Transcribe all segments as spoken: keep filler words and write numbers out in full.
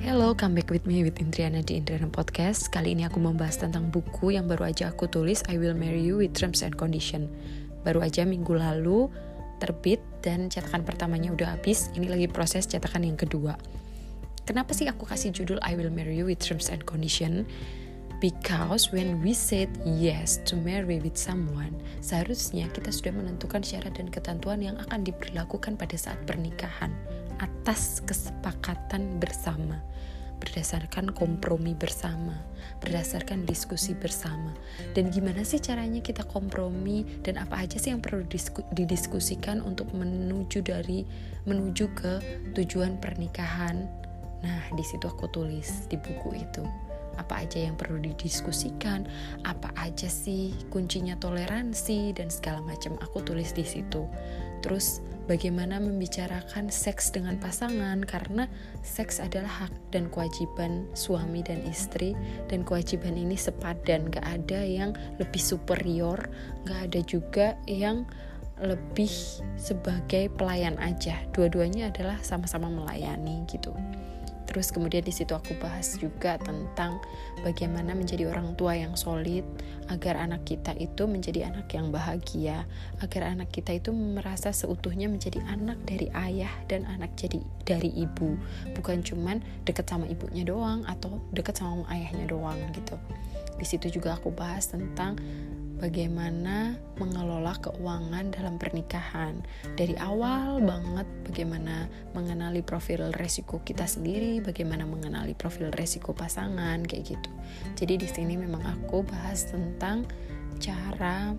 Hello, come back with me with Indriana di Indriana Podcast. Kali ini aku membahas tentang buku yang baru aja aku tulis, I Will Marry You with Terms and Condition. Baru aja minggu lalu terbit dan cetakan pertamanya udah habis. Ini lagi proses cetakan yang kedua. Kenapa sih aku kasih judul I Will Marry You with Terms and Condition? Because when we said yes to marry with someone, seharusnya kita sudah menentukan syarat dan ketentuan yang akan diberlakukan pada saat pernikahan atas kesepakatan bersama, berdasarkan kompromi bersama, berdasarkan diskusi bersama. Dan gimana sih caranya kita kompromi dan apa aja sih yang perlu disku- didiskusikan untuk menuju dari menuju ke tujuan pernikahan. Nah, di situ aku tulis di buku itu. Apa aja yang perlu didiskusikan, apa aja sih kuncinya toleransi dan segala macam aku tulis di situ. Terus bagaimana membicarakan seks dengan pasangan, karena seks adalah hak dan kewajiban suami dan istri, dan kewajiban ini sepadan, gak ada yang lebih superior, gak ada juga yang lebih sebagai pelayan aja. Dua-duanya adalah sama-sama melayani gitu. Terus kemudian di situ aku bahas juga tentang bagaimana menjadi orang tua yang solid agar anak kita itu menjadi anak yang bahagia, agar anak kita itu merasa seutuhnya menjadi anak dari ayah dan anak jadi dari ibu, bukan cuman dekat sama ibunya doang atau dekat sama ayahnya doang gitu. Di situ juga aku bahas tentang bagaimana mengelola keuangan dalam pernikahan. Dari awal banget bagaimana mengenali profil resiko kita sendiri, bagaimana mengenali profil resiko pasangan kayak gitu. Jadi di sini memang aku bahas tentang cara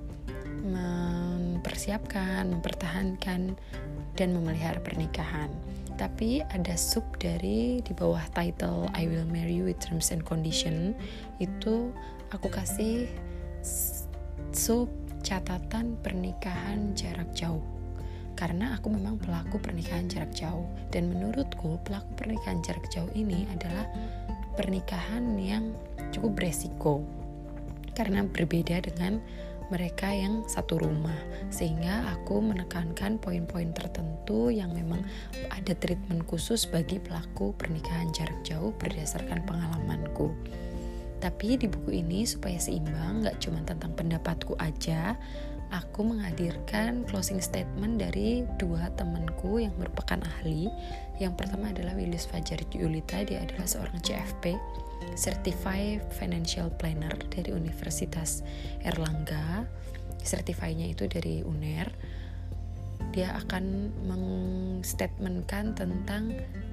mempersiapkan, mempertahankan dan memelihara pernikahan. Tapi ada sub dari di bawah title I Will Marry You with Terms and Condition itu aku kasih sub catatan pernikahan jarak jauh, karena aku memang pelaku pernikahan jarak jauh, dan menurutku pelaku pernikahan jarak jauh ini adalah pernikahan yang cukup beresiko karena berbeda dengan mereka yang satu rumah, sehingga aku menekankan poin-poin tertentu yang memang ada treatment khusus bagi pelaku pernikahan jarak jauh berdasarkan pengalamanku. Tapi di buku ini supaya seimbang, gak cuma tentang pendapatku aja, aku menghadirkan closing statement dari dua temanku yang merupakan ahli. Yang pertama adalah Willis Fajar Yulita, dia adalah seorang C F P, Certified Financial Planner dari Universitas Erlangga, certify-nya itu dari U N E R. Dia akan mengstatementkan tentang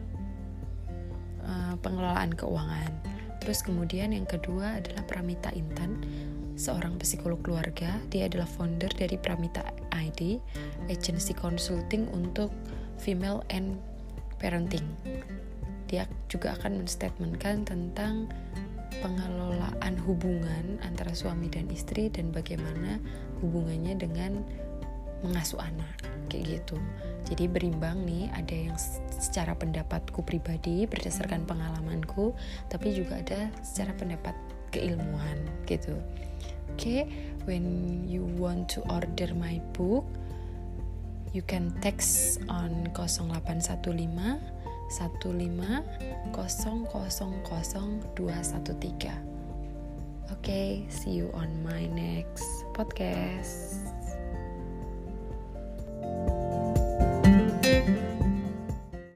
uh, pengelolaan keuangan. Terus kemudian yang kedua adalah Pramita Intan, seorang psikolog keluarga. Dia adalah founder dari Pramita I D, agency consulting untuk female and parenting. Dia juga akan menstatementkan tentang pengelolaan hubungan antara suami dan istri dan bagaimana hubungannya dengan mengasuh anak, kayak gitu. Jadi berimbang nih, ada yang secara pendapatku pribadi berdasarkan pengalamanku, tapi juga ada secara pendapat keilmuan gitu. Oke, okay, when you want to order my book, you can text on nol delapan satu lima satu lima nol nol nol dua satu tiga. Oke, okay, see you on my next podcast.